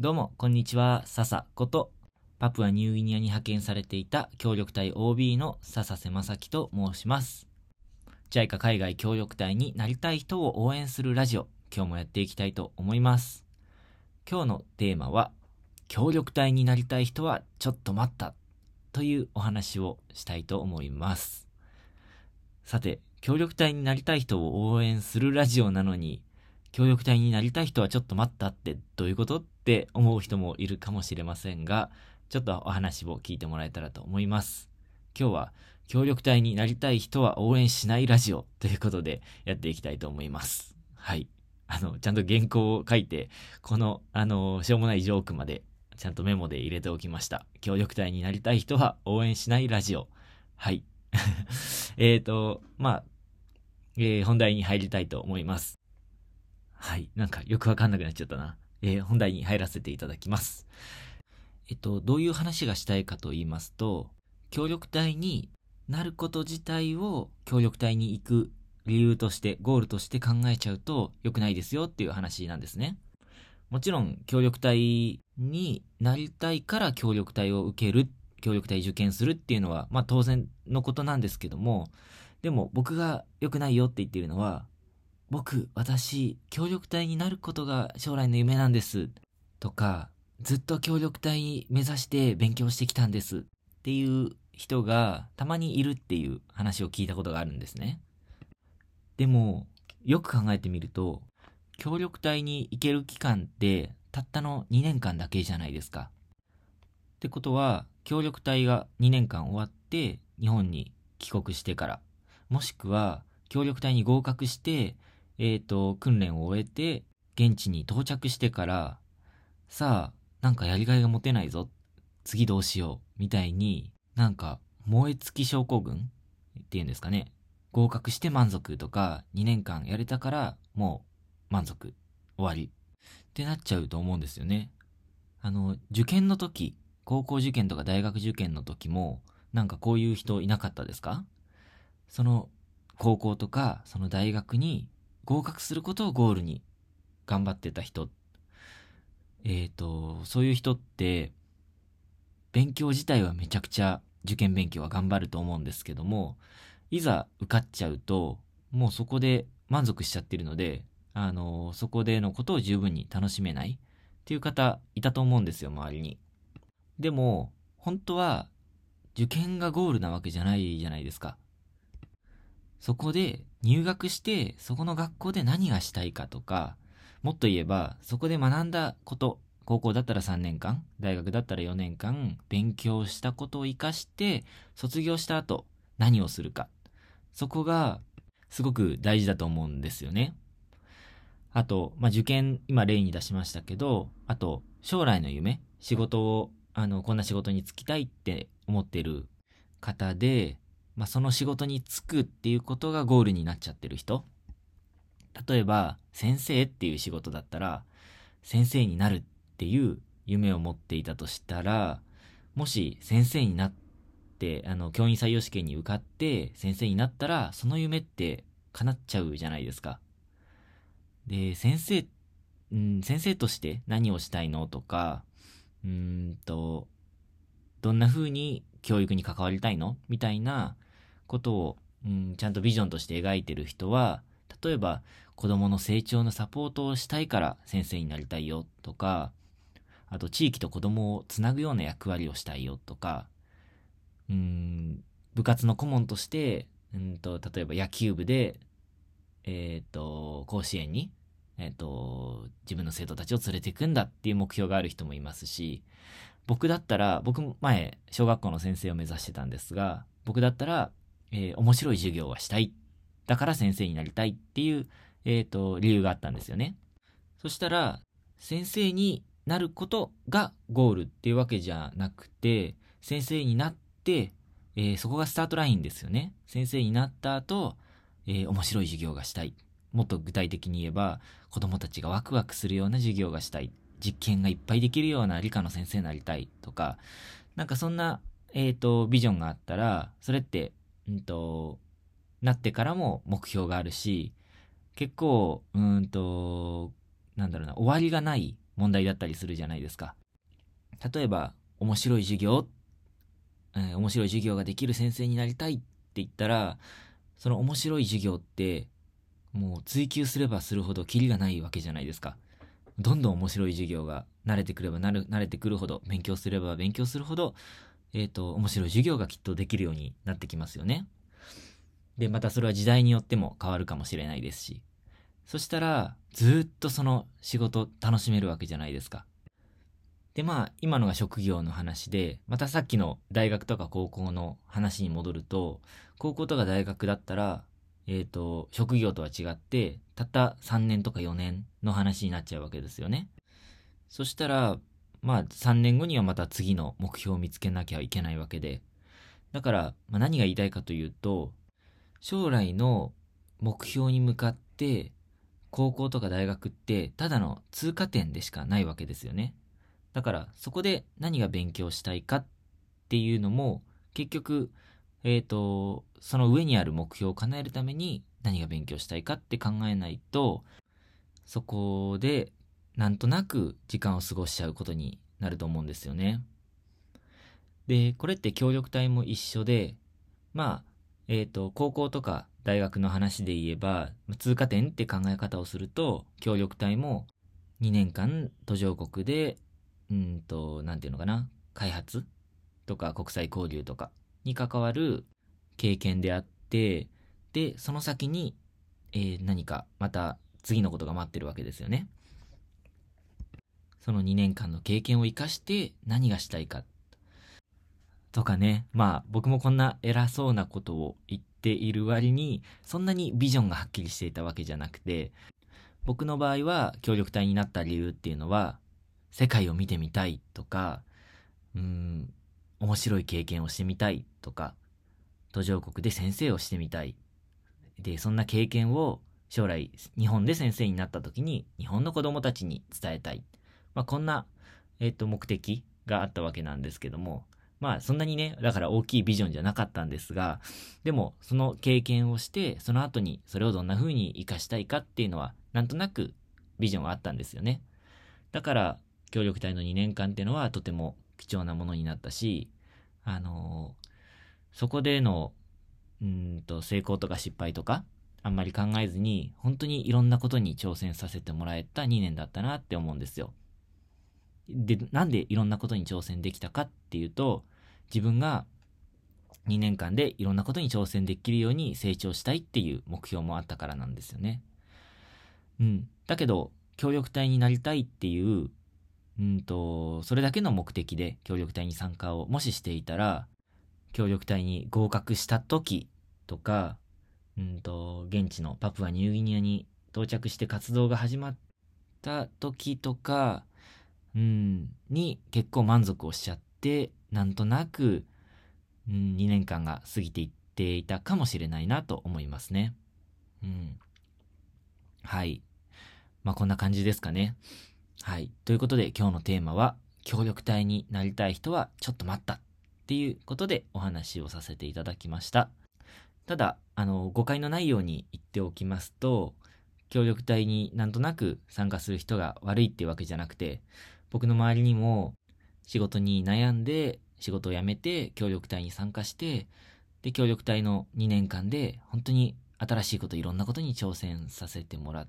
どうも、こんにちは。笹こと、パプアニューギニアに派遣されていた協力隊 OB の笹瀬正樹と申します。JICA 海外協力隊になりたい人を応援するラジオ、今日もやっていきたいと思います。今日のテーマは、協力隊になりたい人はちょっと待ったというお話をしたいと思います。さて、協力隊になりたい人を応援するラジオなのに、協力隊になりたい人はちょっと待ったってどういうことって思う人もいるかもしれませんが、ちょっとお話を聞いてもらえたらと思います。今日は協力隊になりたい人は応援しないラジオということでやっていきたいと思います。はい。ちゃんと原稿を書いて、この、しょうもないジョークまでちゃんとメモで入れておきました。協力隊になりたい人は応援しないラジオ。はい。本題に入りたいと思います。はい。なんかよくわかんなくなっちゃったな。本題に入らせていただきます。どういう話がしたいかと言いますと、協力隊になること自体を協力隊に行く理由として、ゴールとして考えちゃうと良くないですよっていう話なんですね。もちろん協力隊になりたいから協力隊を受ける、協力隊受験するっていうのは、当然のことなんですけども、でも僕が良くないよって言っているのは、私、協力隊になることが将来の夢なんです。とか、ずっと協力隊目指して勉強してきたんです。っていう人がたまにいるっていう話を聞いたことがあるんですね。でも、よく考えてみると、協力隊に行ける期間ってたったの2年間だけじゃないですか。ってことは、協力隊が2年間終わって日本に帰国してから、もしくは協力隊に合格して、訓練を終えて現地に到着してから、さあ、なんかやりがいが持てないぞ。次どうしよう。みたいに、なんか燃え尽き症候群っていうんですかね。合格して満足とか、2年間やれたからもう満足。終わり。ってなっちゃうと思うんですよね。受験の時、高校受験とか大学受験の時も、なんかこういう人いなかったですか？その高校とかその大学に合格することをゴールに頑張ってた人、そういう人って勉強自体はめちゃくちゃ受験勉強は頑張ると思うんですけども、いざ受かっちゃうともうそこで満足しちゃってるので、そこでのことを十分に楽しめないっていう方いたと思うんですよ、周りに。でも本当は受験がゴールなわけじゃないじゃないですか。そこで入学してそこの学校で何がしたいかとか、もっと言えばそこで学んだこと、高校だったら3年間、大学だったら4年間勉強したことを活かして卒業した後何をするか、そこがすごく大事だと思うんですよね。あと、受験今例に出しましたけど、あと将来の夢、仕事をこんな仕事に就きたいって思っている方で、その仕事に就くっていうことがゴールになっちゃってる人。例えば、先生っていう仕事だったら、先生になるっていう夢を持っていたとしたら、もし先生になって、教員採用試験に受かって先生になったら、その夢って叶っちゃうじゃないですか。で、先生として何をしたいのとか、どんな風に教育に関わりたいのみたいなことを、ちゃんとビジョンとして描いてる人は、例えば子供の成長のサポートをしたいから先生になりたいよとか、あと地域と子供をつなぐような役割をしたいよとか、部活の顧問として、例えば野球部で、甲子園に、自分の生徒たちを連れていくんだっていう目標がある人もいますし、僕前、小学校の先生を目指してたんですが、僕だったら、面白い授業はしたい。だから先生になりたいっていう、理由があったんですよね。そしたら、先生になることがゴールっていうわけじゃなくて、先生になって、そこがスタートラインですよね。先生になった後、面白い授業がしたい。もっと具体的に言えば、子供たちがワクワクするような授業がしたい。実験がいっぱいできるような理科の先生になりたいとか、なんかそんな、ビジョンがあったら、それって、なってからも目標があるし、結構、終わりがない問題だったりするじゃないですか。例えば、面白い授業、面白い授業ができる先生になりたいって言ったら、その面白い授業ってもう追求すればするほどキリがないわけじゃないですか。どんどん面白い授業が慣れてくれば慣れてくるほど、勉強すれば勉強するほど、面白い授業がきっとできるようになってきますよね。で、またそれは時代によっても変わるかもしれないですし。そしたら、ずっとその仕事楽しめるわけじゃないですか。で、まあ、今のが職業の話で、またさっきの大学とか高校の話に戻ると、高校とか大学だったら、職業とは違って、たった3年とか4年の話になっちゃうわけですよね。そしたら、まあ、3年後にはまた次の目標を見つけなきゃいけないわけで。だから、まあ、何が言いたいかというと、将来の目標に向かって、高校とか大学ってただの通過点でしかないわけですよね。だからそこで何が勉強したいかっていうのも結局、その上にある目標を叶えるために何が勉強したいかって考えないと、そこでなんとなく時間を過ごしちゃうことになると思うんですよね。で、これって協力隊も一緒で、まあ、高校とか大学の話で言えば、通過点って考え方をすると、協力隊も2年間途上国で、なんていうのかな、開発とか国際交流とかに関わる経験であって、で、その先に、何かまた次のことが待ってるわけですよね。その2年間の経験を生かして何がしたいかとかね。まあ僕もこんな偉そうなことを言っている割に、そんなにビジョンがはっきりしていたわけじゃなくて、僕の場合は協力隊になった理由っていうのは、世界を見てみたいとか、面白い経験をしてみたいとか、途上国で先生をしてみたい。で、そんな経験を将来日本で先生になった時に日本の子供たちに伝えたい。まあこんな、目的があったわけなんですけども、まあそんなにね、だから大きいビジョンじゃなかったんですが、でもその経験をして、その後にそれをどんな風に活かしたいかっていうのは、なんとなくビジョンはあったんですよね。だから、協力隊の2年間っていうのはとても貴重なものになったし、そこでの、成功とか失敗とか、あんまり考えずに、本当にいろんなことに挑戦させてもらえた2年だったなって思うんですよ。で、なんでいろんなことに挑戦できたかっていうと、自分が2年間でいろんなことに挑戦できるように成長したいっていう目標もあったからなんですよね。だけど、協力隊になりたいっていう、それだけの目的で協力隊に参加をもししていたら、協力隊に合格した時とか、現地のパプアニューギニアに到着して活動が始まった時とか、に結構満足をしちゃって、なんとなく、2年間が過ぎていっていたかもしれないなと思いますね。はい。まあこんな感じですかね。はい。ということで今日のテーマは、協力隊になりたい人はちょっと待ったっていうことでお話をさせていただきました。ただ、誤解のないように言っておきますと、協力隊になんとなく参加する人が悪いっていうわけじゃなくて、僕の周りにも仕事に悩んで仕事を辞めて協力隊に参加して、で、協力隊の2年間で本当に新しいこと、いろんなことに挑戦させてもらって、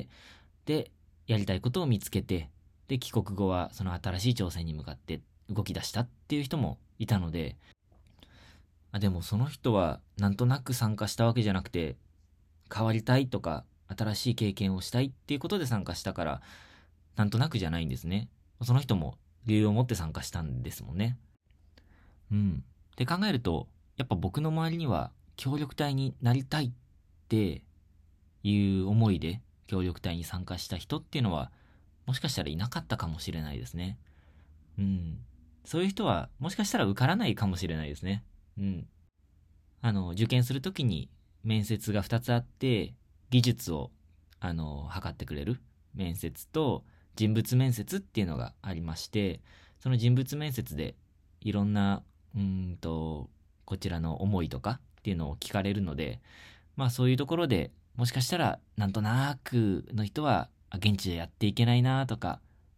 で、やりたいことを見つけて、で、帰国後はその新しい挑戦に向かって動き出したっていう人もいたので、でもその人はなんとなく参加したわけじゃなくて、変わりたいとか、新しい経験をしたいっていうことで参加したから、なんとなくじゃないんですね。その人も理由を持って参加したんですもんね。って考えると、やっぱ僕の周りには協力隊になりたいっていう思いで協力隊に参加した人っていうのは、もしかしたらいなかったかもしれないですね。そういう人は、もしかしたら受からないかもしれないですね。受験するときに面接が2つあって、技術を、測ってくれる面接と人物面接っていうのがありまして、その人物面接でいろんな、こちらの思いとかっていうのを聞かれるので、まあそういうところでもしかしたらなんとなくの人は現地でやっていけないなとか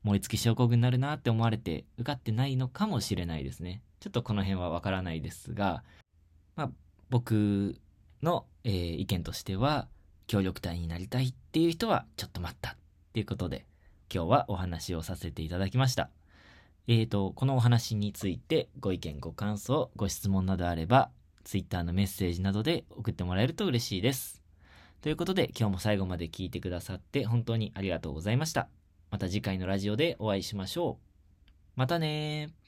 燃え尽き症候群になるなって思われて受かってないのかもしれないですね。ちょっとこの辺はわからないですが、僕の、意見としては、協力隊になりたいっていう人はちょっと待ったっていうことで、今日はお話をさせていただきました。このお話についてご意見、ご感想、ご質問などあれば、Twitter のメッセージなどで送ってもらえると嬉しいです。ということで、今日も最後まで聞いてくださって本当にありがとうございました。また次回のラジオでお会いしましょう。またねー。